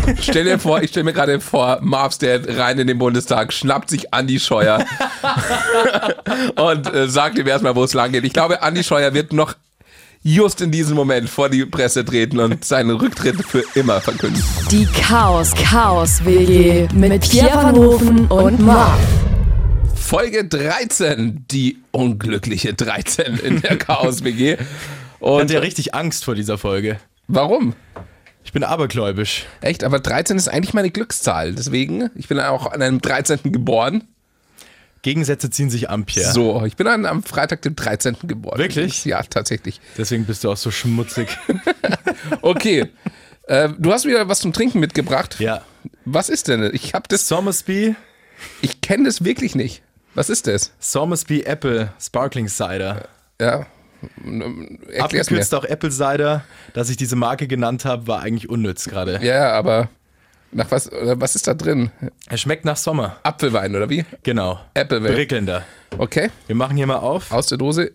Ich stelle mir gerade vor, Marv's Dad rein in den Bundestag, schnappt sich Andi Scheuer und sagt ihm erstmal, wo es lang geht. Ich glaube, Andi Scheuer wird noch just in diesem Moment vor die Presse treten und seinen Rücktritt für immer verkünden. Die Chaos-WG mit Pierre van Hofen und Marv. Folge 13, die unglückliche 13 in der Chaos-WG. Ich hatte ja richtig Angst vor dieser Folge. Warum? Ich bin abergläubisch. Echt, aber 13 ist eigentlich meine Glückszahl. Deswegen, ich bin auch an einem 13. geboren. Gegensätze ziehen sich an, Pierre. So, ich bin am Freitag, dem 13. geboren. Wirklich? Ja, tatsächlich. Deswegen bist du auch so schmutzig. Okay, du hast wieder was zum Trinken mitgebracht. Ja. Was ist denn? Ich kenne das wirklich nicht. Was ist das? Somersby Apple Sparkling Cider. Ja, erklär's mir. Abgekürzt auch Apple Cider. Dass ich diese Marke genannt habe, war eigentlich unnütz gerade. Ja, aber nach was ist da drin? Er schmeckt nach Sommer. Apfelwein oder wie? Genau. Apfelwein. Prickelnder. Okay, Wir machen hier mal auf. aus der Dose.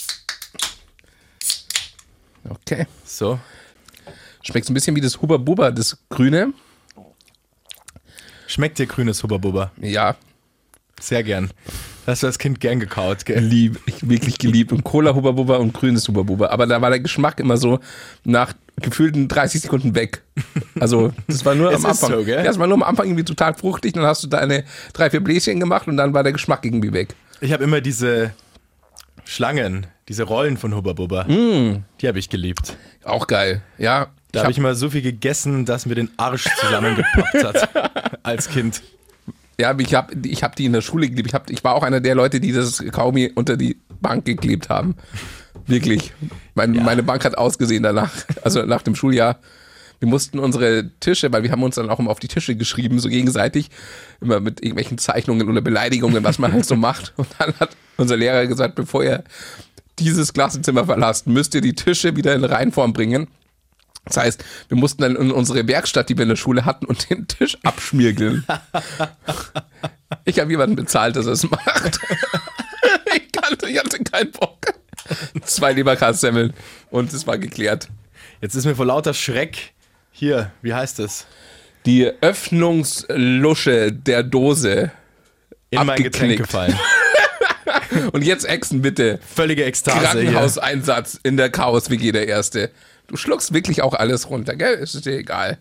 Okay. So. Schmeckt so ein bisschen wie das Hubba Bubba, das Grüne. Schmeckt dir grünes Hubba Bubba? Ja, Sehr gern. Hast du als Kind gern gekaut, gell? wirklich geliebt. Und Cola Hubba Bubba und grünes Hubba Bubba. Aber da war der Geschmack immer so nach gefühlten 30 Sekunden weg. Also das war nur am Anfang. So, gell? Ja, das war nur am Anfang irgendwie total fruchtig. Dann hast du deine 3-4 Bläschen gemacht und dann war der Geschmack irgendwie weg. Ich habe immer diese Schlangen, diese Rollen von Hubba Bubba. Die habe ich geliebt. Auch geil. Ja, Da habe ich immer so viel gegessen, dass mir den Arsch zusammengepoppt hat. Als Kind. ja, ich hab die in der Schule geliebt. Ich war auch einer der Leute, die das Kaugummi unter die Bank geklebt haben. Wirklich. Meine Bank hat ausgesehen danach. Also nach dem Schuljahr. Wir mussten unsere Tische, weil wir haben uns dann auch immer auf die Tische geschrieben, so gegenseitig, immer mit irgendwelchen Zeichnungen oder Beleidigungen, was man halt so macht. Und dann hat unser Lehrer gesagt, bevor ihr dieses Klassenzimmer verlasst, müsst ihr die Tische wieder in Reihenform bringen. Das heißt, wir mussten dann in unsere Werkstatt, die wir in der Schule hatten, und den Tisch abschmirgeln. Ich habe jemanden bezahlt, dass er es macht. Ich hatte keinen Bock. 2 Leberkassemmeln und es war geklärt. Jetzt ist mir vor lauter Schreck hier, wie heißt das? Die Öffnungslusche der Dose In mein Getränk abgeknickt. gefallen. Und jetzt Echsen, bitte. Völlige Ekstase hier. Krankenhauseinsatz in der Chaos-WG, der Erste. Du schluckst wirklich auch alles runter, gell? Ist dir egal.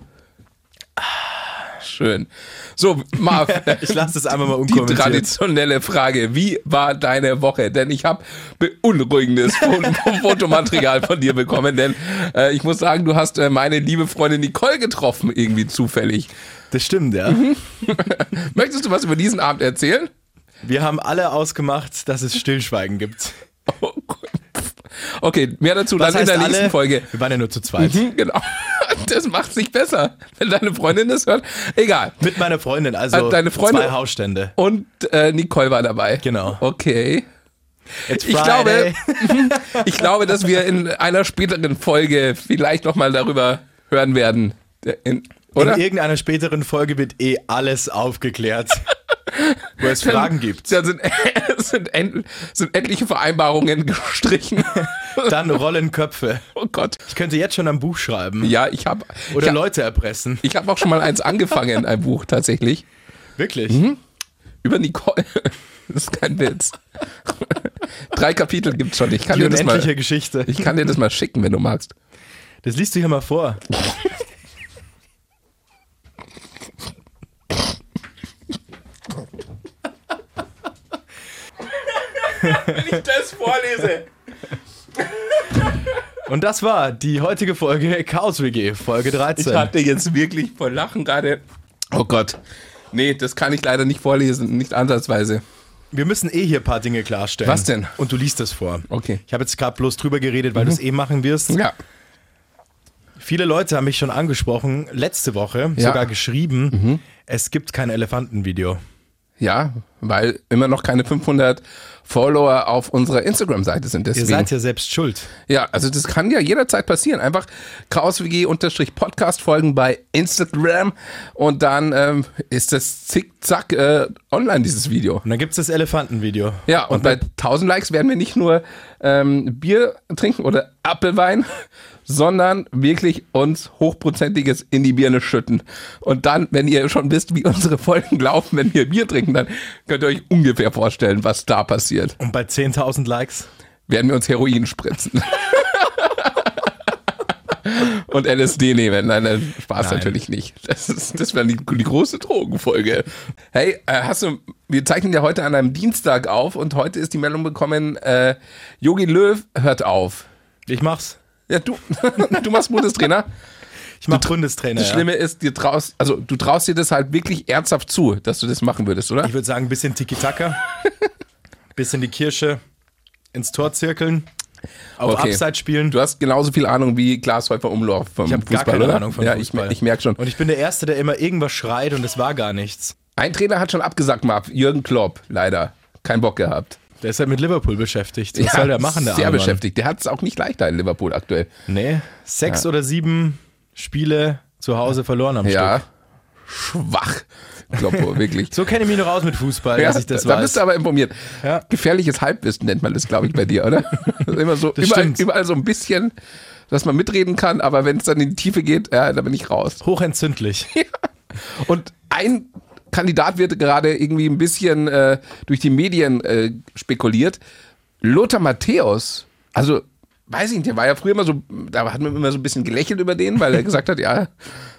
Schön. So, Marv, Ich lasse das einmal mal die unkommentiert. traditionelle Frage. Wie war deine Woche? Denn ich habe beunruhigendes Fotomaterial von dir bekommen. Denn ich muss sagen, du hast meine liebe Freundin Nicole getroffen, irgendwie zufällig. Das stimmt, ja. Möchtest du was über diesen Abend erzählen? Wir haben alle ausgemacht, dass es Stillschweigen gibt. Oh Gott. Okay, mehr dazu Was dann in heißt der nächsten alle? Folge. Wir waren ja nur zu zweit. Genau. Das macht sich besser, wenn deine Freundin das hört. Egal. Mit meiner Freundin, also Deine Freundin- 2 Hausstände. Und Nicole war dabei. Genau. Okay. It's Ich glaube, dass wir in einer späteren Folge vielleicht nochmal darüber hören werden. Oder? In irgendeiner späteren Folge wird alles aufgeklärt, wo es Fragen gibt. Da sind etliche Vereinbarungen gestrichen. Dann rollen Köpfe. Oh Gott. Ich könnte jetzt schon ein Buch schreiben. Ja, ich habe Oder Leute erpressen. ich hab auch schon mal eins angefangen, ein Buch tatsächlich. Wirklich? Über Nicole. Das ist kein Witz. 3 Kapitel gibt's schon. Die unendliche Geschichte. Ich kann dir das mal schicken, wenn du magst. Das liest du hier mal vor. Wenn ich das vorlese. Und das war die heutige Folge Chaos WG, Folge 13. Ich hatte jetzt wirklich vor Lachen gerade. Oh Gott. Nee, das kann ich leider nicht vorlesen, nicht ansatzweise. Wir müssen hier ein paar Dinge klarstellen. Was denn? Und du liest das vor. Okay. Ich habe jetzt gerade bloß drüber geredet, weil du es machen wirst. Ja. Viele Leute haben mich schon angesprochen, letzte Woche, Ja. sogar geschrieben, es gibt kein Elefantenvideo. Ja, weil immer noch keine 500 Follower auf unserer Instagram-Seite sind. Ihr Deswegen. seid ja selbst schuld. Ja, also das kann ja jederzeit passieren. Einfach chaoswg-podcast folgen bei Instagram und dann ist das zickzack online, dieses Video. Und dann gibt es das Elefantenvideo. Ja, und bei 1000 Likes werden wir nicht nur Bier trinken oder Apfelwein, sondern wirklich uns Hochprozentiges in die Birne schütten. Und dann, wenn ihr schon wisst, wie unsere Folgen laufen, wenn wir Bier trinken, dann könnt ihr euch ungefähr vorstellen, was da passiert. Und bei 10.000 Likes? Werden wir uns Heroin spritzen. Und LSD nehmen. Nein, Spaß natürlich nicht. Das wäre die große Drogenfolge. Hey, wir zeichnen ja heute an einem Dienstag auf und heute ist die Meldung bekommen, Jogi Löw hört auf. Ich mach's. Ja, du machst Bundestrainer. Ich mach Bundestrainer. Das Schlimme ist, du traust dir das halt wirklich ernsthaft zu, dass du das machen würdest, oder? Ich würde sagen, ein bisschen Tiki-Taka, bisschen die Kirsche ins Tor zirkeln. Auf Abseits spielen. Du hast genauso viel Ahnung wie Klaas Häufer-Umlauf vom Fußball, gar keine oder? Ahnung vom Fußball. Ich merke schon. Und ich bin der Erste, der immer irgendwas schreit und es war gar nichts. Ein Trainer hat schon abgesagt, Marv. Jürgen Klopp, leider. Kein Bock gehabt. Der ist halt mit Liverpool beschäftigt. Was soll der machen, der sehr Arme beschäftigt. Der hat es auch nicht leichter in Liverpool aktuell. Nee, 6 oder 7 Spiele zu Hause verloren am Stück. Schwach. Kloppo, wirklich. So kenne ich mich noch aus mit Fußball, dass ich das weiß. Da bist du aber informiert. Ja. Gefährliches Halbwissen nennt man das, glaube ich, bei dir, oder? Immer so, überall so ein bisschen, dass man mitreden kann, aber wenn es dann in die Tiefe geht, da bin ich raus. Hochentzündlich. Ja. Und ein Kandidat wird gerade irgendwie ein bisschen durch die Medien spekuliert. Lothar Matthäus, also weiß ich nicht, der war ja früher immer so, da hat man immer so ein bisschen gelächelt über den, weil er gesagt hat, ja,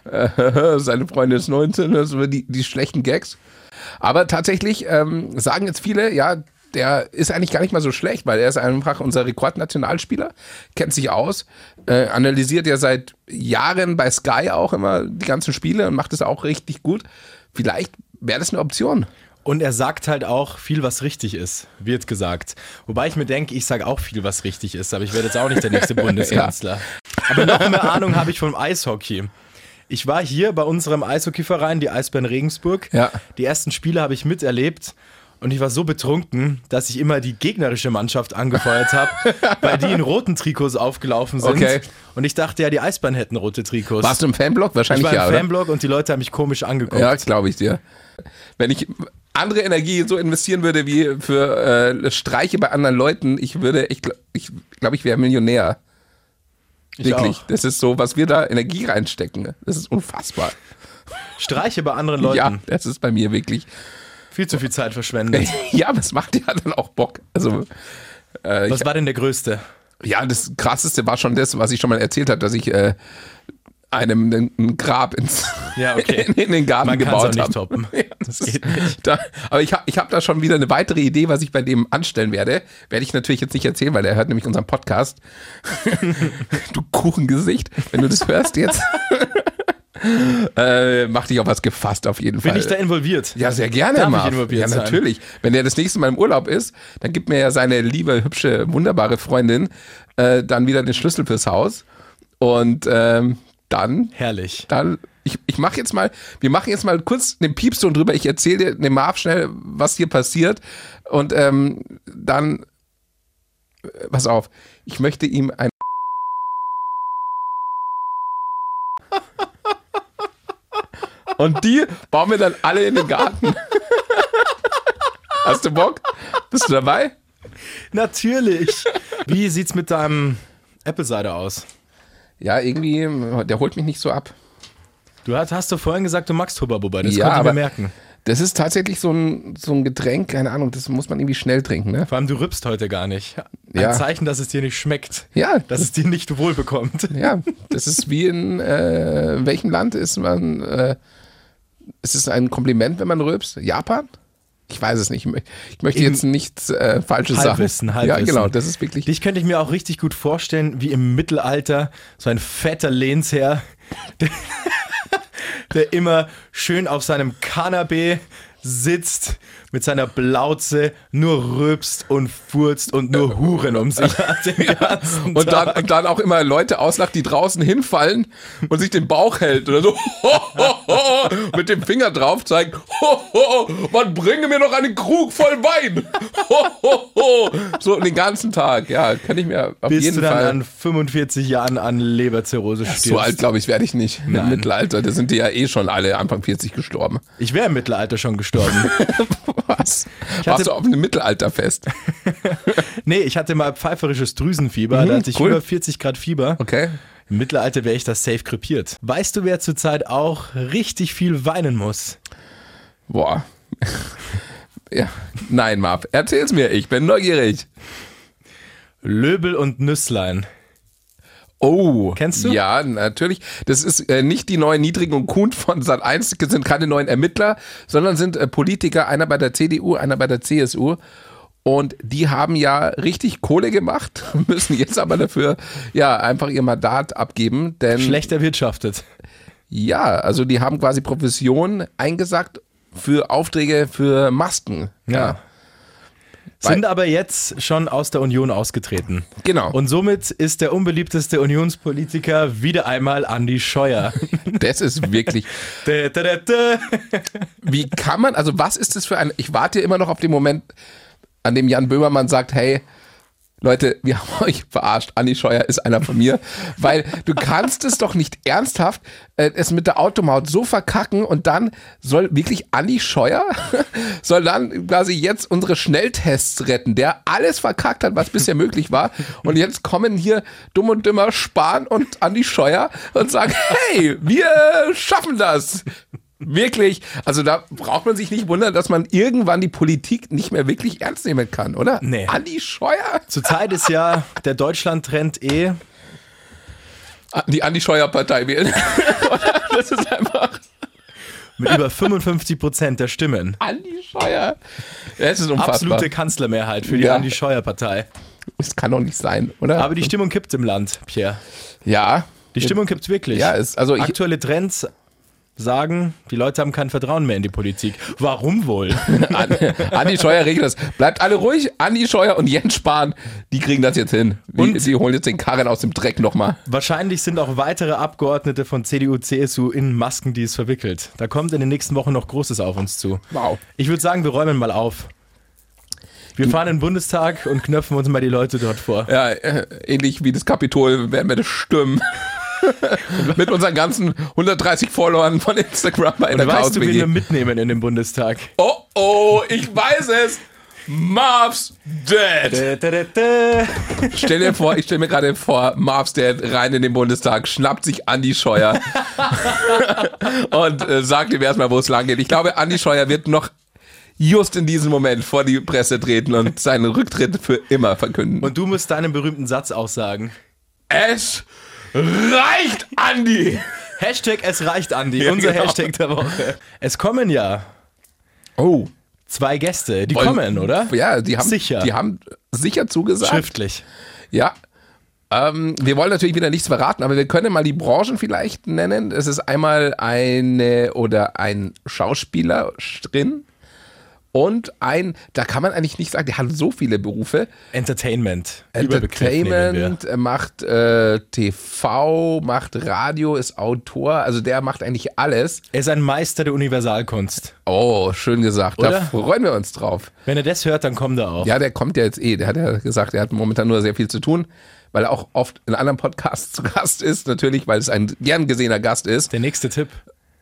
seine Freundin ist 19, das sind die schlechten Gags. Aber tatsächlich sagen jetzt viele, ja, der ist eigentlich gar nicht mal so schlecht, weil er ist einfach unser Rekordnationalspieler, kennt sich aus, analysiert ja seit Jahren bei Sky auch immer die ganzen Spiele und macht es auch richtig gut. Vielleicht wäre das eine Option. Und er sagt halt auch viel, was richtig ist, wird gesagt. Wobei ich mir denke, ich sage auch viel, was richtig ist, aber ich werde jetzt auch nicht der nächste Bundeskanzler. Ja. Aber noch mehr Ahnung habe ich vom Eishockey. Ich war hier bei unserem Eishockeyverein, die Eisbären Regensburg. Ja. Die ersten Spiele habe ich miterlebt und ich war so betrunken, dass ich immer die gegnerische Mannschaft angefeuert habe, weil die in roten Trikots aufgelaufen sind. Okay. Und ich dachte ja, die Eisbären hätten rote Trikots. Warst du im Fanblock? Wahrscheinlich ja, oder? Ich war im oder? Fanblock und die Leute haben mich komisch angeguckt. Ja, glaube ich dir. Wenn ich andere Energie so investieren würde wie für Streiche bei anderen Leuten, ich glaube, ich wäre Millionär. Wirklich. Auch. Das ist so, was wir da Energie reinstecken. Das ist unfassbar. Streiche bei anderen Leuten. Ja, das ist bei mir wirklich. Viel zu viel Zeit verschwendet. Ja, aber es macht ja dann auch Bock. Also, was war denn der größte? Ja, das Krasseste war schon das, was ich schon mal erzählt habe, dass ich einem ein Grab in den Garten gebaut habe. Man kann es auch nicht toppen. Ja, das geht nicht. Aber ich hab da schon wieder eine weitere Idee, was ich bei dem anstellen werde. Werde ich natürlich jetzt nicht erzählen, weil der hört nämlich unseren Podcast. Du Kuchengesicht, wenn du das hörst jetzt. Mach dich auf was gefasst auf jeden Fall. Bin ich da involviert? Ja, sehr gerne. Darf ich involviert sein? Natürlich. Wenn der das nächste Mal im Urlaub ist, dann gibt mir ja seine liebe, hübsche, wunderbare Freundin dann wieder den Schlüssel fürs Haus. Und dann... Herrlich. Wir machen jetzt mal kurz den Piepston drüber. Ich erzähle dem Marv schnell, was hier passiert. Und dann... Pass auf. Ich möchte ihm ein... Und die bauen wir dann alle in den Garten. Hast du Bock? Bist du dabei? Natürlich. Wie sieht's mit deinem Apple Cider aus? Ja, irgendwie, der holt mich nicht so ab. Du hast doch vorhin gesagt, du magst Hubba Bubba. Das ja, konnte ich mir merken. Das ist tatsächlich so ein Getränk, keine Ahnung, das muss man irgendwie schnell trinken, ne? Vor allem, du rübst heute gar nicht. Ja. Ein Zeichen, dass es dir nicht schmeckt. Ja. Dass es dir nicht wohl bekommt. Ja, das ist wie in welchem Land ist man... Ist es ein Kompliment, wenn man rülpst? Japan? Ich weiß es nicht. Ich möchte jetzt nichts Falsches sagen. Halbwissen. Ja, genau, das ist wirklich... Dich könnte ich mir auch richtig gut vorstellen, wie im Mittelalter, so ein fetter Lehnsherr, der immer schön auf seinem Kanapee sitzt, mit seiner Blauze nur rülpst und furzt und nur Huren um sich hat den ganzen Tag. Und dann auch immer Leute auslacht, die draußen hinfallen und sich den Bauch hält oder so mit dem Finger drauf zeigt, man bringe mir noch einen Krug voll Wein. So den ganzen Tag, ja, kann ich mir auf Bis jeden du dann Fall... an 45 Jahren an Leberzirrhose stirbst. So alt, glaube ich, werde ich nicht. Nein. Im Mittelalter, da sind die ja eh schon alle Anfang 40 gestorben. Ich wäre im Mittelalter schon gestorben. Was? Warst du auf einem Mittelalterfest? Nee, ich hatte mal pfeiferisches Drüsenfieber, da hatte ich cool. über 40 Grad Fieber. Okay. Im Mittelalter wäre ich das safe krepiert. Weißt du, wer zurzeit auch richtig viel weinen muss? Boah. Ja. Nein, Marv, erzähl's mir, ich bin neugierig. Löbel und Nüsslein. Oh. Kennst du? Ja, natürlich. Das ist nicht die neuen Niedrigen und Kuhn von Sat.1, sind keine neuen Ermittler, sondern sind Politiker, einer bei der CDU, einer bei der CSU. Und die haben ja richtig Kohle gemacht, müssen jetzt aber dafür ja einfach ihr Mandat abgeben. Denn Schlecht erwirtschaftet. ja, also die haben quasi Provision eingesackt für Aufträge für Masken. Ja. Sind aber jetzt schon aus der Union ausgetreten. Genau. Und somit ist der unbeliebteste Unionspolitiker wieder einmal Andi Scheuer. Das ist wirklich, wie kann man, also was ist das für ein, ich warte immer noch auf den Moment, an dem Jan Böhmermann sagt, hey, Leute, wir haben euch verarscht, Andi Scheuer ist einer von mir, weil du kannst es doch nicht ernsthaft es mit der Automaut so verkacken und dann soll wirklich Andi Scheuer, soll dann quasi jetzt unsere Schnelltests retten, der alles verkackt hat, was bisher möglich war und jetzt kommen hier Dumm und Dümmer Spahn und Andi Scheuer und sagen, hey, wir schaffen das. Wirklich, also da braucht man sich nicht wundern, dass man irgendwann die Politik nicht mehr wirklich ernst nehmen kann, oder? Nee. Andi Scheuer? Zurzeit ist ja der Deutschland-Trend die Andi Scheuer-Partei wählen. Das ist einfach mit über 55% der Stimmen. Andi Scheuer. Es ist unfassbar. Absolute Kanzlermehrheit für die Ja. Andi Scheuer-Partei. Das kann doch nicht sein, oder? Aber die Stimmung kippt im Land, Pierre. ja. Die Stimmung kippt wirklich. Ja, also Aktuelle Trends sagen, die Leute haben kein Vertrauen mehr in die Politik. Warum wohl? Andi Scheuer regelt das. Bleibt alle ruhig. Andi Scheuer und Jens Spahn, die kriegen das jetzt hin. Die holen jetzt den Karren aus dem Dreck nochmal. Wahrscheinlich sind auch weitere Abgeordnete von CDU, CSU in Maskendeals verwickelt. Da kommt in den nächsten Wochen noch Großes auf uns zu. Wow. Ich würde sagen, wir räumen mal auf. Wir fahren in den Bundestag und knöpfen uns mal die Leute dort vor. Ja, ähnlich wie das Kapitol werden wir das stürmen. Mit unseren ganzen 130 Followern von Instagram bei der Und weißt du, wen wir Chaos-WG. mitnehmen in den Bundestag? Oh, ich weiß es. Marv's Dad. Ich stelle mir gerade vor, Marv's Dad rein in den Bundestag, schnappt sich Andi Scheuer und sagt ihm erstmal, wo es lang geht. Ich glaube, Andi Scheuer wird noch just in diesem Moment vor die Presse treten und seinen Rücktritt für immer verkünden. Und du musst deinen berühmten Satz auch sagen. Es reicht, Andi! Hashtag es reicht, Andi, Ja, unser genau. Hashtag der Woche. Es kommen ja Oh. 2 Gäste, die kommen, oder? Ja, die haben Sicher. Die haben sicher zugesagt. Schriftlich. Ja. Wir wollen natürlich wieder nichts verraten, aber wir können mal die Branchen vielleicht nennen. Es ist einmal eine oder ein Schauspieler drin und da kann man eigentlich nicht sagen, der hat so viele Berufe. Überbegriff nehmen Entertainment, er macht TV, macht Radio, ist Autor, also der macht eigentlich alles. wir. Er ist ein Meister der Universalkunst. Oh, schön gesagt, Oder? da freuen wir uns drauf. Wenn er das hört, dann kommt er auch. Ja, der kommt ja jetzt der hat ja gesagt, er hat momentan nur sehr viel zu tun, weil er auch oft in anderen Podcasts zu Gast ist, natürlich, weil es ein gern gesehener Gast ist. Der nächste Tipp.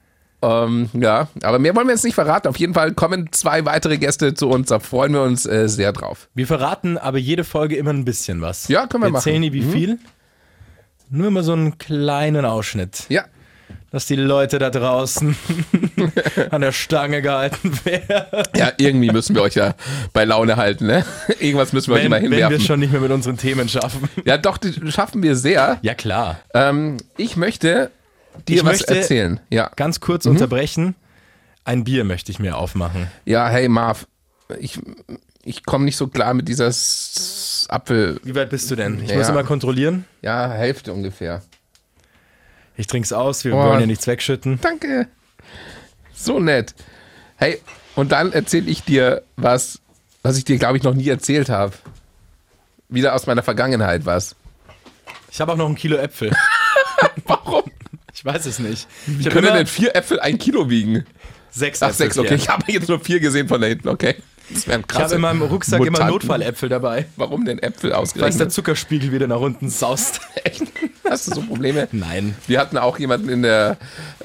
Ja, aber mehr wollen wir jetzt nicht verraten. Auf jeden Fall kommen 2 weitere Gäste zu uns, da freuen wir uns sehr drauf. Wir verraten aber jede Folge immer ein bisschen was. Ja, können wir machen. erzählen nie wie viel. Nur immer so einen kleinen Ausschnitt. Ja, Dass die Leute da draußen an der Stange gehalten werden. ja, irgendwie müssen wir euch ja bei Laune halten, ne? Irgendwas müssen wir euch immer Wenn wir hinwerfen. es schon nicht mehr mit unseren Themen schaffen. Ja, doch, die schaffen wir sehr. Ja, klar. Ich möchte dir Ich was möchte- erzählen. Ja. Ganz kurz unterbrechen. Ein Bier möchte ich mir aufmachen. Ja, hey Marv, ich komme nicht so klar mit dieser Apfel. Wie weit bist du denn? Ich Ja. muss immer kontrollieren. Ja, Hälfte ungefähr. Ich trink's aus, wir Oh. wollen ja nichts wegschütten. Danke. So nett. Hey, und dann erzähle ich dir was ich dir, glaube ich, noch nie erzählt habe. Wieder aus meiner Vergangenheit was. Ich habe auch noch 1 Kilo Äpfel. Warum? Ich weiß es nicht. Wie Ich habe können immer denn 4 Äpfel 1 Kilo wiegen? 6 Ach, Äpfel. 6, okay. Pierre. Ich habe jetzt nur 4 gesehen von da hinten, okay. Das wären Ich habe krasse in meinem Rucksack immer Mutanten. Notfalläpfel dabei. Warum denn Äpfel Falls der ausgerechnet? Zuckerspiegel wieder nach unten saust. Echt? Hast du so Probleme? Nein. Wir hatten auch jemanden in der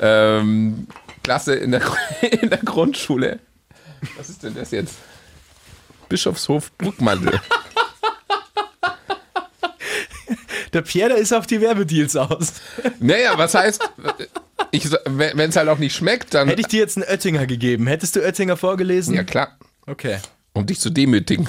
Klasse in der Grundschule. Was ist denn das jetzt? Bischofshof Bruckmantel. Der Pierre, der ist auf die Werbedeals aus. Naja, was heißt, wenn es halt auch nicht schmeckt, dann... Hätte ich dir jetzt einen Oettinger gegeben, hättest du Oettinger vorgelesen? Ja, klar. Okay. Um dich zu demütigen.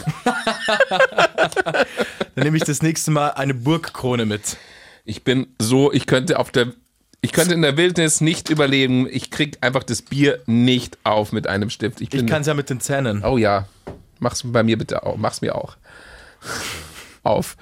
Dann nehme ich das nächste Mal eine Burgkrone mit. Ich könnte in der Wildnis nicht überleben. Ich krieg einfach das Bier nicht auf mit einem Stift. Ich kann es ja mit den Zähnen. Oh ja. Mach's bei mir bitte auch. Mach's mir auch. Auf.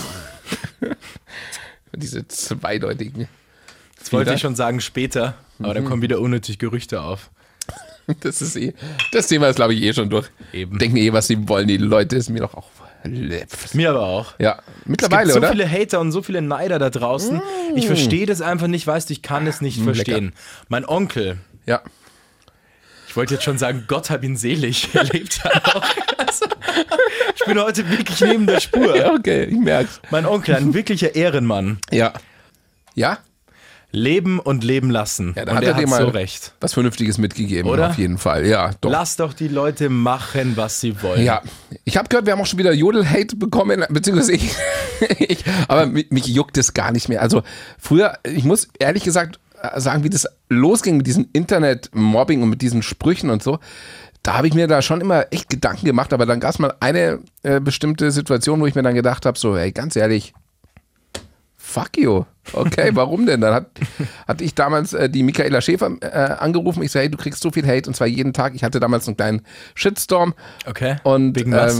Diese zweideutigen. Das wollte ich schon sagen später, aber dann kommen wieder unnötig Gerüchte auf. Das Thema ist, glaube ich, schon durch. Eben. Denken was sie wollen, die Leute, ist mir doch auch. Mir aber auch. Ja, mittlerweile, es gibt so oder? viele Hater und so viele Neider da draußen. Ich verstehe das einfach nicht, weißt du, ich kann es nicht verstehen. Lecker. Mein Onkel, Ja. ich wollte jetzt schon sagen, Gott hab ihn selig, er lebt ja noch. Also, ich bin heute wirklich neben der Spur. Ja, okay, ich merk's. Mein Onkel, ein wirklicher Ehrenmann. Ja. Ja? Leben und leben lassen. Ja, da und hat er er dir hat mal so recht. was Vernünftiges mitgegeben, Oder? auf jeden Fall. Ja, doch. Lass doch die Leute machen, was sie wollen. Ja, ich habe gehört, wir haben auch schon wieder Jodel-Hate bekommen, beziehungsweise ich aber mich juckt es gar nicht mehr. Also früher, ich muss ehrlich gesagt sagen, wie das losging mit diesem Internet-Mobbing und mit diesen Sprüchen und so, da habe ich mir da schon immer echt Gedanken gemacht, aber dann gab es mal eine bestimmte Situation, wo ich mir dann gedacht habe, so, ey, ganz ehrlich, fuck you. Okay, warum denn? Dann hatte ich damals die Michaela Schäfer angerufen. Ich so, hey, du kriegst so viel Hate und zwar jeden Tag. Ich hatte damals einen kleinen Shitstorm. Okay. Und wegen was?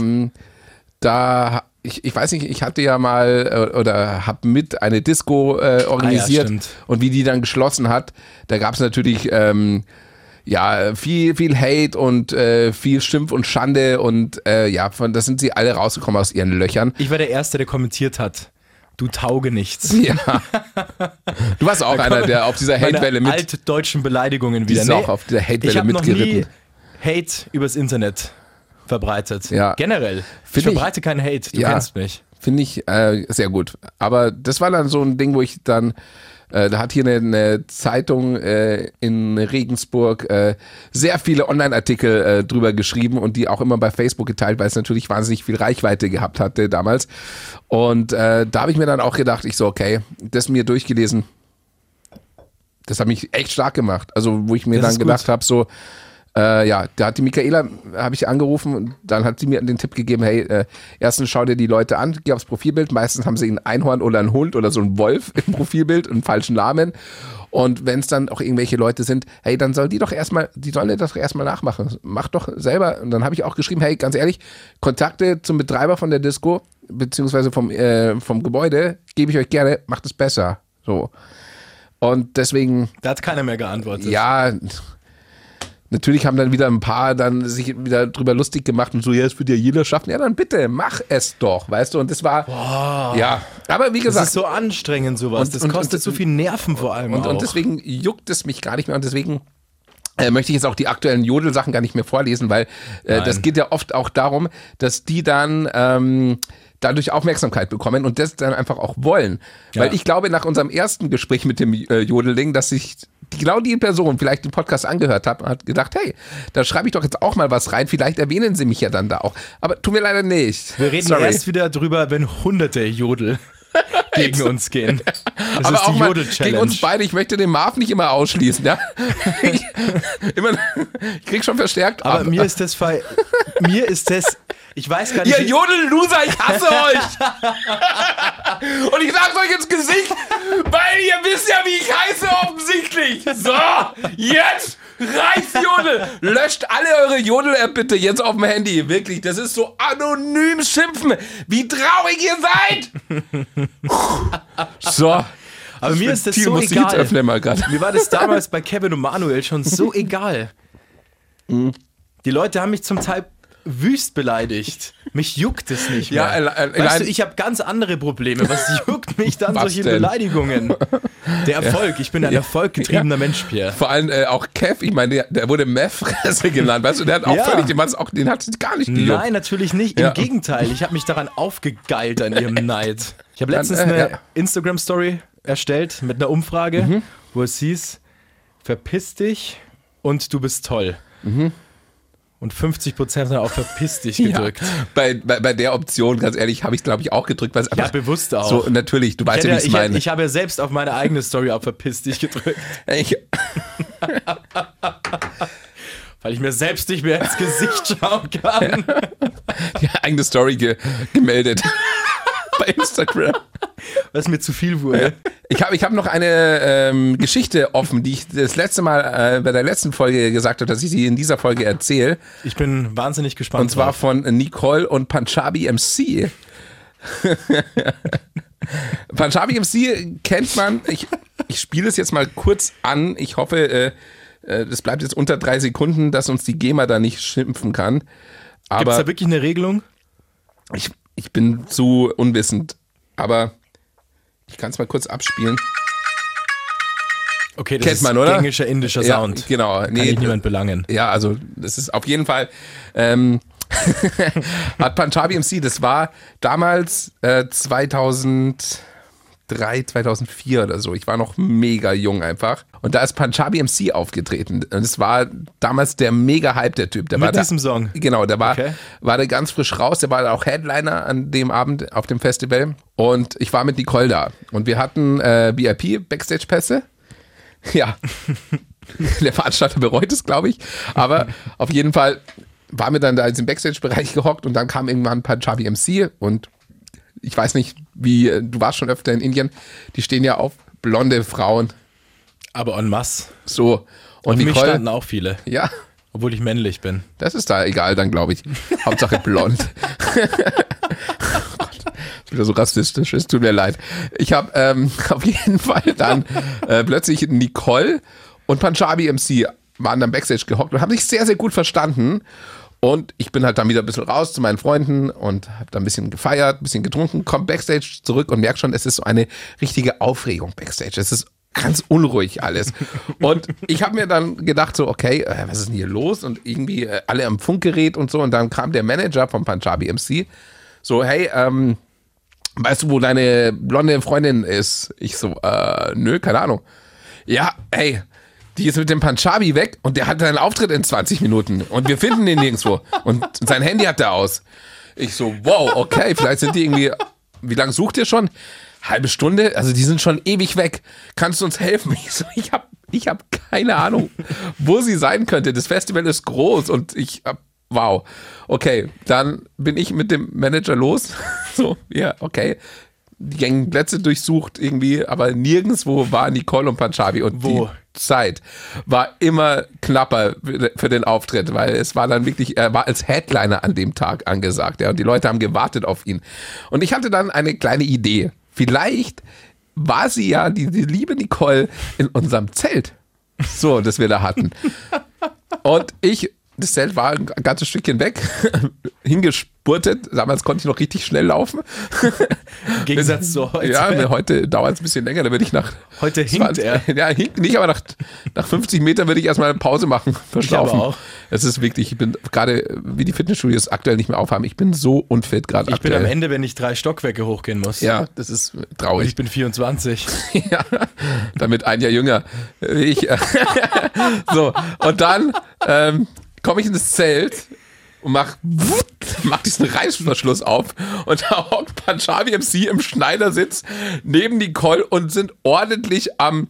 Ich weiß nicht, ich hatte ja mal oder habe mit eine Disco organisiert stimmt. und wie die dann geschlossen hat, da gab es natürlich viel Hate und viel Schimpf und Schande und da sind sie alle rausgekommen aus ihren Löchern. Ich war der Erste, der kommentiert hat. Du tauge nichts. Ja. Du warst auch einer, der auf dieser Hatewelle mit. Altdeutschen Beleidigungen Die wieder. ist auch auf dieser ich Hatewelle habe noch nie mitgeritten. Hate übers Internet verbreitet. Ja. Generell. Ich Find ich- verbreite keinen Hate. Du Ja. kennst mich. Finde ich sehr gut. Aber das war dann so ein Ding, wo ich dann, da hat hier eine Zeitung in Regensburg sehr viele Online-Artikel drüber geschrieben und die auch immer bei Facebook geteilt, weil es natürlich wahnsinnig viel Reichweite gehabt hatte damals. Und da habe ich mir dann auch gedacht, ich so, okay, das mir durchgelesen, das hat mich echt stark gemacht. Also wo ich mir Das dann ist gedacht gut. habe, so, da hat die Michaela, habe ich angerufen und dann hat sie mir den Tipp gegeben, hey, erstens schau dir die Leute an, geh aufs Profilbild, meistens haben sie ein Einhorn oder einen Hund oder so einen Wolf im Profilbild, einen falschen Namen und wenn es dann auch irgendwelche Leute sind, hey, dann sollen die sollen das doch erstmal nachmachen, mach doch selber und dann habe ich auch geschrieben, hey, ganz ehrlich, Kontakte zum Betreiber von der Disco, beziehungsweise vom Gebäude, gebe ich euch gerne, macht es besser, so. Und deswegen, Da hat keiner mehr geantwortet. ja, natürlich haben dann wieder ein paar dann sich wieder drüber lustig gemacht und so, ja, es wird ja jeder schaffen. Ja, dann bitte, mach es doch, weißt du? Und das war, ja, aber wie Das gesagt, ist so anstrengend sowas. Das kostet so viel Nerven vor allem auch. und deswegen juckt es mich gar nicht mehr und deswegen möchte ich jetzt auch die aktuellen Jodel-Sachen gar nicht mehr vorlesen, weil das geht ja oft auch darum, dass die dann dadurch Aufmerksamkeit bekommen und das dann einfach auch wollen. Ja. Weil ich glaube, nach unserem ersten Gespräch mit dem Jodeling, dass sich genau die Person vielleicht den Podcast angehört hat und hat gedacht, hey, da schreibe ich doch jetzt auch mal was rein, vielleicht erwähnen sie mich ja dann da auch. Aber tun wir leider nicht. Wir reden erst wieder drüber, wenn hunderte Jodel gegen uns gehen. Das Aber ist auch die mal Jodel-Challenge. gegen uns beide, ich möchte den Marv nicht immer ausschließen, ja. Ich krieg schon verstärkt Aber ab. mir ist das, ich weiß gar nicht. Ihr Jodel-Loser, ich hasse euch! Und ich sag's euch ins Gesicht, weil ihr wisst ja, wie ich heiße offensichtlich. So, jetzt reicht's Jodel. Löscht alle eure Jodel-App bitte jetzt auf dem Handy. Wirklich, das ist so anonym schimpfen. Wie traurig ihr seid! So. Aber mir ist das Thiel, so musst du jetzt egal. öffnen mal grad. Mir war das damals bei Kevin und Manuel schon so egal. Die Leute haben mich zum Teil wüst beleidigt. Mich juckt es nicht mehr. Ja, weißt du, ich habe ganz andere Probleme. Was juckt mich dann Was solche denn? Beleidigungen? Der Erfolg. Ich bin ein erfolggetriebener Mensch, Pierre. Vor allem auch Kev, ich meine, der wurde Meth-Fresse genannt, weißt du, der hat auch Ja. völlig, den hat es gar nicht gejuckt. Nein, natürlich nicht. Im Ja. Gegenteil. Ich habe mich daran aufgegeilt an ihrem Neid. Ich habe letztens Dann, eine ja. Instagram-Story erstellt mit einer Umfrage, wo es hieß, verpiss dich und du bist toll. Und 50% dann auf Verpiss dich gedrückt. Ja, bei der Option, ganz ehrlich, habe ich glaube ich auch gedrückt. Weil es einfach bewusst auch. So, natürlich, du weißt ja, wie ich es meine. Ich habe ja selbst auf meine eigene Story auf Verpiss dich gedrückt. Weil ich mir selbst nicht mehr ins Gesicht schauen kann. Die eigene Story gemeldet. Bei Instagram. Was mir zu viel wurde. Ich hab noch eine Geschichte offen, die ich das letzte Mal bei der letzten Folge gesagt habe, dass ich sie in dieser Folge erzähle. Ich bin wahnsinnig gespannt. Und zwar von Nicole und Punjabi MC. Punjabi MC kennt man. Ich spiele es jetzt mal kurz an. Ich hoffe, das bleibt jetzt unter 3 Sekunden, dass uns die GEMA da nicht schimpfen kann. Gibt es da wirklich eine Regelung? Ich bin zu unwissend, aber ich kann es mal kurz abspielen. Okay, das kennt ist man, oder? Gängischer indischer Sound. Ja, genau. Kann ich niemand belangen. Ja, also das ist auf jeden Fall hat Punjabi MC, das war damals 2003, 2004 oder so. Ich war noch mega jung einfach. Und da ist Punjabi MC aufgetreten. Und es war damals der Mega-Hype, der Typ. Der Mit diesem Song? Genau, der war der ganz frisch raus. Der war auch Headliner an dem Abend auf dem Festival. Und ich war mit Nicole da. Und wir hatten VIP-Backstage-Pässe. Ja. Der Veranstalter bereut es, glaube ich. Aber auf jeden Fall waren wir dann da in diesem Backstage-Bereich gehockt und dann kam irgendwann Punjabi MC und ich weiß nicht, du warst schon öfter in Indien, die stehen ja auf blonde Frauen. Aber en masse. So. Und auf Nicole, mich standen auch viele. Ja. Obwohl ich männlich bin. Das ist da egal dann, glaube ich. Hauptsache blond. Oh Gott, ist wieder so rassistisch, es tut mir leid. Ich habe auf jeden Fall dann plötzlich Nicole und Punjabi MC waren dann Backstage gehockt und haben sich sehr, sehr gut verstanden. Und ich bin halt dann wieder ein bisschen raus zu meinen Freunden und habe da ein bisschen gefeiert, ein bisschen getrunken, komme Backstage zurück und merke schon, es ist so eine richtige Aufregung Backstage. Es ist ganz unruhig alles. Und ich habe mir dann gedacht so, okay, was ist denn hier los? Und irgendwie alle am Funkgerät und so. Und dann kam der Manager vom Punjabi MC so, hey, weißt du, wo deine blonde Freundin ist? Ich so, nö, keine Ahnung. Ja, hey, die ist mit dem Punjabi weg und der hat einen Auftritt in 20 Minuten und wir finden den nirgendwo und sein Handy hat er aus. Ich so, wow, okay, vielleicht sind die irgendwie, wie lange sucht ihr schon? Halbe Stunde? Also die sind schon ewig weg. Kannst du uns helfen? Ich so, ich hab keine Ahnung, wo sie sein könnte. Das Festival ist groß und wow. Okay, dann bin ich mit dem Manager los. So, ja, okay. Die gängigen Plätze durchsucht irgendwie, aber nirgendwo war Nicole und Punjabi und die Zeit war immer knapper für den Auftritt, weil es war dann wirklich, er war als Headliner an dem Tag angesagt, ja, und die Leute haben gewartet auf ihn. Und ich hatte dann eine kleine Idee. Vielleicht war sie ja die liebe Nicole in unserem Zelt, so, das wir da hatten. Und das Zelt war ein ganzes Stückchen weg, hingespurtet. Damals konnte ich noch richtig schnell laufen. Im Gegensatz zu heute. Ja, heute dauert es ein bisschen länger. Da würde ich Heute hinkt er. Ja, hinkt nicht, aber nach 50 Metern würde ich erstmal eine Pause machen. Verschlaufen. Ich aber auch. Es ist wirklich, ich bin gerade, wie die Fitnessstudios aktuell nicht mehr aufhaben, ich bin so unfit gerade aktuell. Ich bin am Ende, wenn ich 3 Stockwerke hochgehen muss. Ja, das ist traurig. Und ich bin 24. Ja, damit ein Jahr jünger. Ich. So, und dann komme ich in das Zelt und mach diesen Reißverschluss auf und da hockt Punjabi MC im Schneidersitz neben Nicole und sind ordentlich am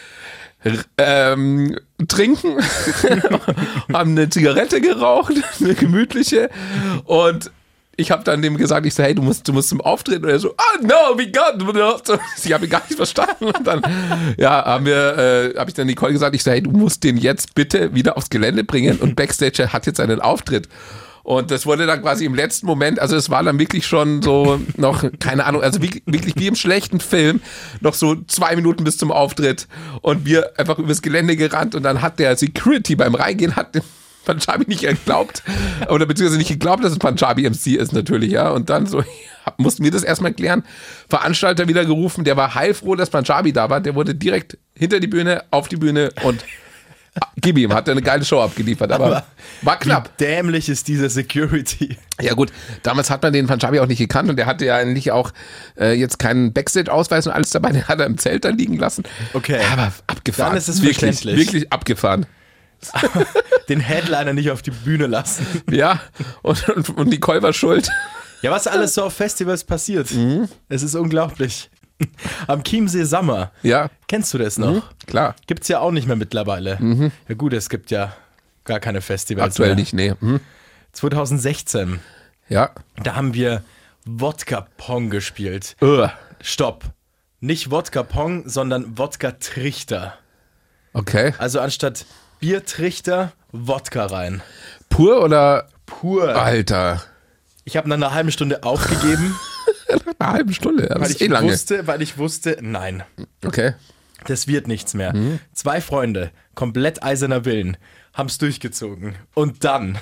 Trinken, haben eine Zigarette geraucht, eine gemütliche und ich habe dann dem gesagt, ich so, hey, du musst zum Auftritt und er so, no, we got. Ich habe ihn gar nicht verstanden und dann habe ich dann Nicole gesagt, ich so, hey, du musst den jetzt bitte wieder aufs Gelände bringen und Backstage hat jetzt einen Auftritt. Und das wurde dann quasi im letzten Moment, also es war dann wirklich schon so noch, keine Ahnung, also wirklich wie im schlechten Film, noch so 2 Minuten bis zum Auftritt und wir einfach übers Gelände gerannt und dann hat der Security beim Reingehen, Punjabi nicht geglaubt, oder beziehungsweise nicht geglaubt, dass es Punjabi MC ist natürlich, ja, und dann so, mussten wir das erstmal klären, Veranstalter wieder gerufen, der war heilfroh, dass Punjabi da war, der wurde direkt hinter die Bühne, auf die Bühne und gib ihm, hat eine geile Show abgeliefert, aber war knapp. Wie dämlich ist dieser Security? Ja gut, damals hat man den Punjabi auch nicht gekannt und der hatte ja eigentlich auch jetzt keinen Backstage-Ausweis und alles dabei, den hat er im Zelt da liegen lassen. Okay. Aber abgefahren. Dann ist es wirklich, verständlich. wirklich abgefahren. den Headliner nicht auf die Bühne lassen. Ja, und Nicole war schuld. Ja, was alles so auf Festivals passiert. Es ist unglaublich. Am Chiemsee Summer. Ja. Kennst du das noch? Klar. Gibt's ja auch nicht mehr mittlerweile. Ja gut, es gibt ja gar keine Festivals Aktuell mehr. nicht, nee. 2016, Ja. da haben wir Wodka-Pong gespielt. Stopp. Nicht Wodka-Pong, sondern Wodka-Trichter. Okay. Also anstatt Biertrichter, Wodka rein. Pur oder? Pur. Alter. Ich habe nach einer halben Stunde aufgegeben, Eine halbe Stunde, das ist lange. weil ich wusste, nein, Okay. das wird nichts mehr. 2 Freunde, komplett eiserner Willen, haben es durchgezogen. Und dann,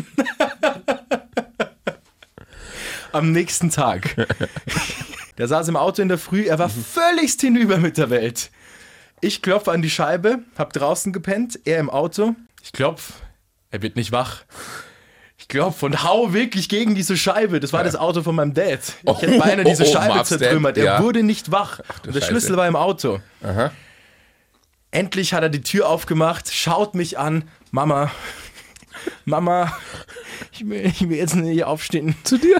am nächsten Tag, der saß im Auto in der Früh, er war völligst hinüber mit der Welt. Ich klopfe an die Scheibe, hab draußen gepennt, er im Auto. Ich klopf, er wird nicht wach. Ich klopf und hau wirklich gegen diese Scheibe. Das war das Auto von meinem Dad. Ich hätte beinahe diese Scheibe Marv's zertrümmert. Dad, Er ja. wurde nicht wach. Und der Scheiße. Schlüssel war im Auto. Aha. Endlich hat er die Tür aufgemacht, schaut mich an. Mama, ich will jetzt nicht aufstehen. Zu dir?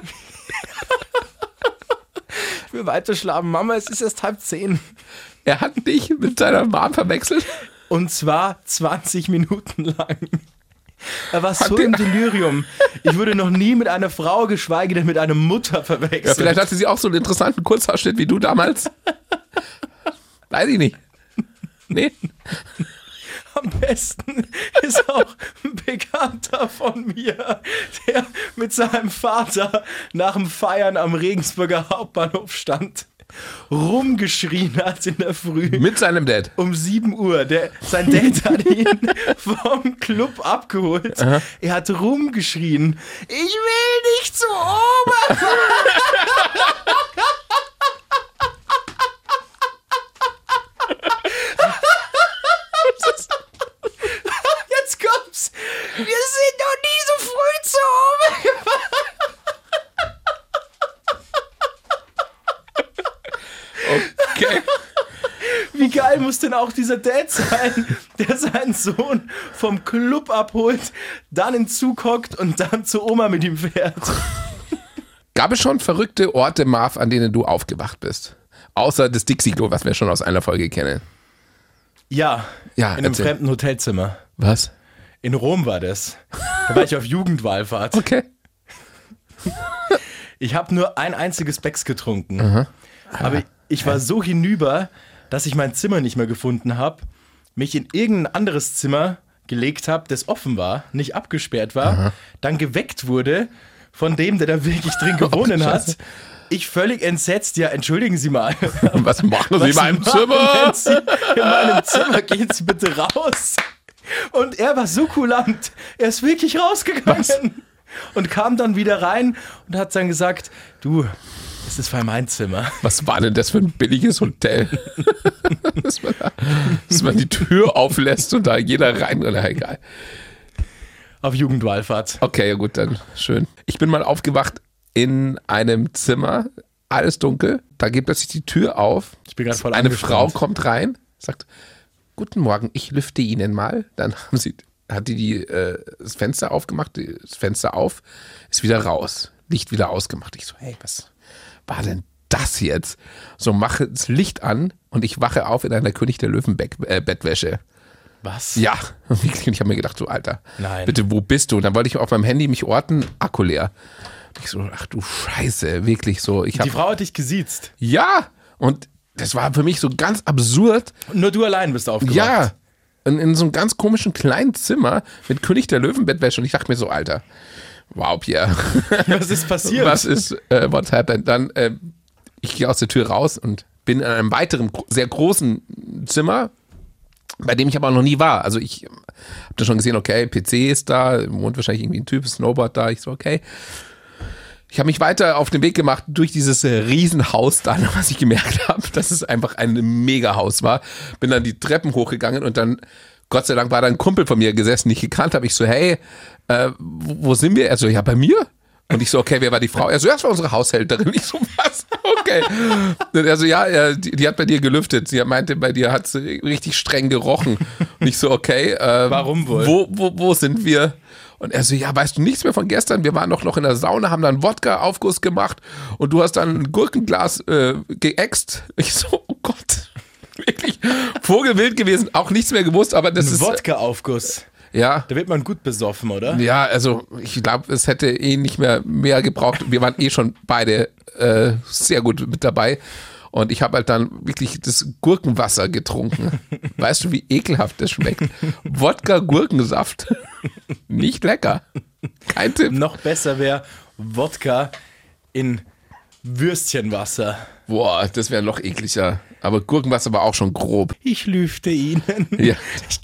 Ich will weiter schlafen. Mama, es ist erst 9:30. Er hat dich mit seiner Mom verwechselt? Und zwar 20 Minuten lang. Er war so im Delirium. Ich wurde noch nie mit einer Frau, geschweige denn mit einer Mutter verwechselt. Ja, vielleicht hatte sie auch so einen interessanten Kurzhaarschnitt wie du damals. Weiß ich nicht. Nee? Am besten ist auch ein Bekannter von mir, der mit seinem Vater nach dem Feiern am Regensburger Hauptbahnhof stand, rumgeschrien hat in der Früh. Mit seinem Dad. Um 7 Uhr. Sein Dad hat ihn vom Club abgeholt. Aha. Er hat rumgeschrien. Ich will nicht zu Oma. Jetzt kommt's. Wir sind noch nie so früh zu Oma gefahren. Okay. Wie geil muss denn auch dieser Dad sein, der seinen Sohn vom Club abholt, dann in Zug hockt und dann zu Oma mit ihm fährt. Gab es schon verrückte Orte, Marv, an denen du aufgewacht bist? Außer das Dixie-Klo, was wir schon aus einer Folge kennen. Ja, Ja, in einem erzähl. fremden Hotelzimmer. Was? In Rom war das. Da war ich auf Jugendwallfahrt. Okay. Ich habe nur ein einziges Becks getrunken. Aber ich war so hinüber, dass ich mein Zimmer nicht mehr gefunden habe, mich in irgendein anderes Zimmer gelegt habe, das offen war, nicht abgesperrt war, dann geweckt wurde von dem, der da wirklich drin gewohnt hat. Ich völlig entsetzt, ja, entschuldigen Sie mal. Was machen Sie in meinem machen Zimmer? Sie in meinem Zimmer, gehen Sie bitte raus. Und er war so kulant, er ist wirklich rausgegangen und kam dann wieder rein und hat dann gesagt, du, es ist für mein Zimmer. Was war denn das für ein billiges Hotel? dass man die Tür auflässt und da jeder rein oder egal. Auf Jugendwallfahrt. Okay, ja gut, dann schön. Ich bin mal aufgewacht in einem Zimmer, alles dunkel, da geht plötzlich die Tür auf. Ich bin gerade voll Eine angespannt. Frau kommt rein, sagt, guten Morgen, ich lüfte Ihnen mal. Dann hat die das Fenster aufgemacht, das Fenster auf, ist wieder raus, Licht wieder ausgemacht. Ich so, hey, was war denn das jetzt? So, mache das Licht an und ich wache auf in einer König der Löwen Bettwäsche. Was? Ja, und ich habe mir gedacht, so Alter, Nein. bitte, wo bist du? Und dann wollte ich auf meinem Handy mich orten, Akku leer. Und ich so, ach du Scheiße, wirklich so. Die Frau hat dich gesiezt. Ja, und das war für mich so ganz absurd. Und nur du allein bist aufgewacht. Ja, in so einem ganz komischen kleinen Zimmer mit König der Löwen Bettwäsche. Und ich dachte mir so, Alter, wow, Pierre. Was ist passiert? Was ist, what's happened? Dann, ich gehe aus der Tür raus und bin in einem weiteren, sehr großen Zimmer, bei dem ich aber noch nie war. Also ich habe da schon gesehen, okay, PC ist da, wohnt wahrscheinlich irgendwie ein Typ, Snowboard da. Ich so, okay. Ich habe mich weiter auf den Weg gemacht durch dieses Riesenhaus dann, was ich gemerkt habe, dass es einfach ein Megahaus war. Bin dann die Treppen hochgegangen und dann, Gott sei Dank, war da ein Kumpel von mir gesessen, den ich gekannt habe. Ich so, hey, wo sind wir? Er so, ja, bei mir. Und ich so, okay, wer war die Frau? Er so, ja, das war unsere Haushälterin. Ich so, was? Okay. Und er so, ja, die hat bei dir gelüftet. Sie meinte, bei dir hat sie richtig streng gerochen. Und ich so, okay. Warum wohl? Wo sind wir? Und er so, ja, weißt du nichts mehr von gestern? Wir waren noch in der Sauna, haben dann Wodka-Aufguss gemacht und du hast dann ein Gurkenglas geäxt. Ich so, oh Gott. Wirklich vogelwild gewesen, auch nichts mehr gewusst, aber das ist... Ein Wodka-Aufguss. Ja. Da wird man gut besoffen, oder? Ja, also ich glaube, es hätte nicht mehr gebraucht. Wir waren schon beide sehr gut mit dabei. Und ich habe halt dann wirklich das Gurkenwasser getrunken. Weißt du, wie ekelhaft das schmeckt? Wodka-Gurkensaft. Nicht lecker. Kein Tipp. Noch besser wäre Wodka in Würstchenwasser. Boah, das wäre noch ekliger. Aber Gurkenwasser war auch schon grob. Ich lüfte Ihnen. Ja.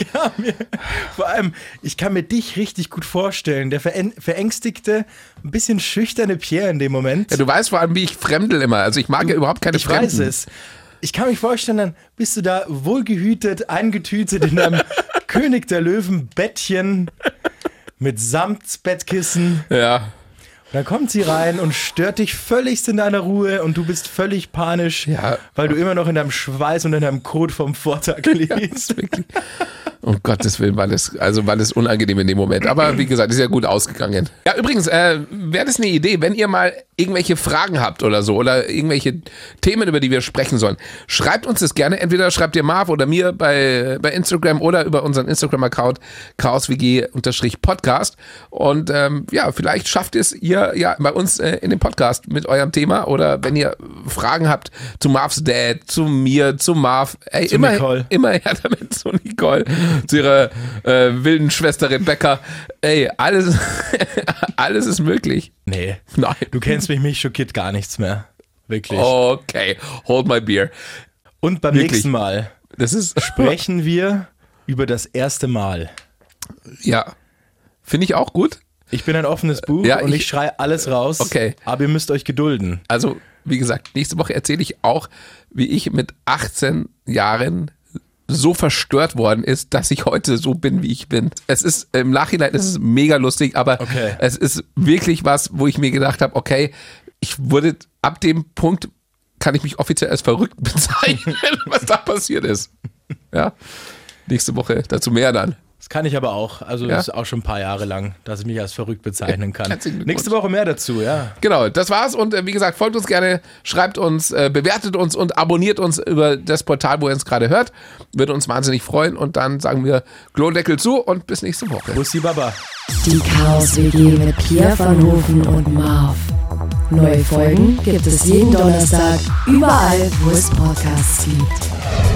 Ich kann mir dich richtig gut vorstellen. Der verängstigte, ein bisschen schüchterne Pierre in dem Moment. Ja, du weißt vor allem, wie ich fremdel immer. Also ich mag ja überhaupt keine Fremden. Ich weiß es. Ich kann mich vorstellen, dann bist du da wohlgehütet, eingetütet in einem König der Löwen Bettchen mit Samtbettkissen. Ja. Dann kommt sie rein und stört dich völligst in deiner Ruhe und du bist völlig panisch, weil du immer noch in deinem Schweiß und in deinem Kot vom Vortag liegst. Ja, um Gottes Willen, war das unangenehm in dem Moment. Aber wie gesagt, ist ja gut ausgegangen. Ja, übrigens, wäre das eine Idee, wenn ihr mal irgendwelche Fragen habt oder so oder irgendwelche Themen, über die wir sprechen sollen, schreibt uns das gerne. Entweder schreibt ihr Marv oder mir bei Instagram oder über unseren Instagram-Account chaoswg_podcast und vielleicht schafft es ihr bei uns in dem Podcast mit eurem Thema oder wenn ihr Fragen habt zu Marvs Dad, zu mir, zu Marv, Nicole. Immer her damit, zu Nicole, zu ihrer wilden Schwester Rebecca, alles ist möglich. Nee. Nein. Du kennst mich schockiert gar nichts mehr. Wirklich. Okay, hold my beer. Und beim Wirklich. nächsten Mal sprechen wir über das erste Mal. Ja, finde ich auch gut. Ich bin ein offenes Buch und ich schreie alles raus. Okay. Aber ihr müsst euch gedulden. Also, wie gesagt, nächste Woche erzähle ich auch, wie ich mit 18 Jahren so verstört worden ist, dass ich heute so bin, wie ich bin. Es ist im Nachhinein, es ist mega lustig, aber es ist wirklich was, wo ich mir gedacht habe, okay, ich wurde ab dem Punkt, kann ich mich offiziell als verrückt bezeichnen, was da passiert ist. Ja, nächste Woche dazu mehr dann. Das kann ich aber auch. Also das ist auch schon ein paar Jahre lang, dass ich mich als verrückt bezeichnen kann. Nächste Woche mehr dazu, ja. Genau, das war's und wie gesagt, folgt uns gerne, schreibt uns, bewertet uns und abonniert uns über das Portal, wo ihr uns gerade hört. Würde uns wahnsinnig freuen und dann sagen wir Klodeckel zu und bis nächste Woche. Bussi Baba. Die Chaos-WG mit Pierre van Hofen und Marv. Neue Folgen gibt es jeden Donnerstag, überall, wo es Podcasts gibt.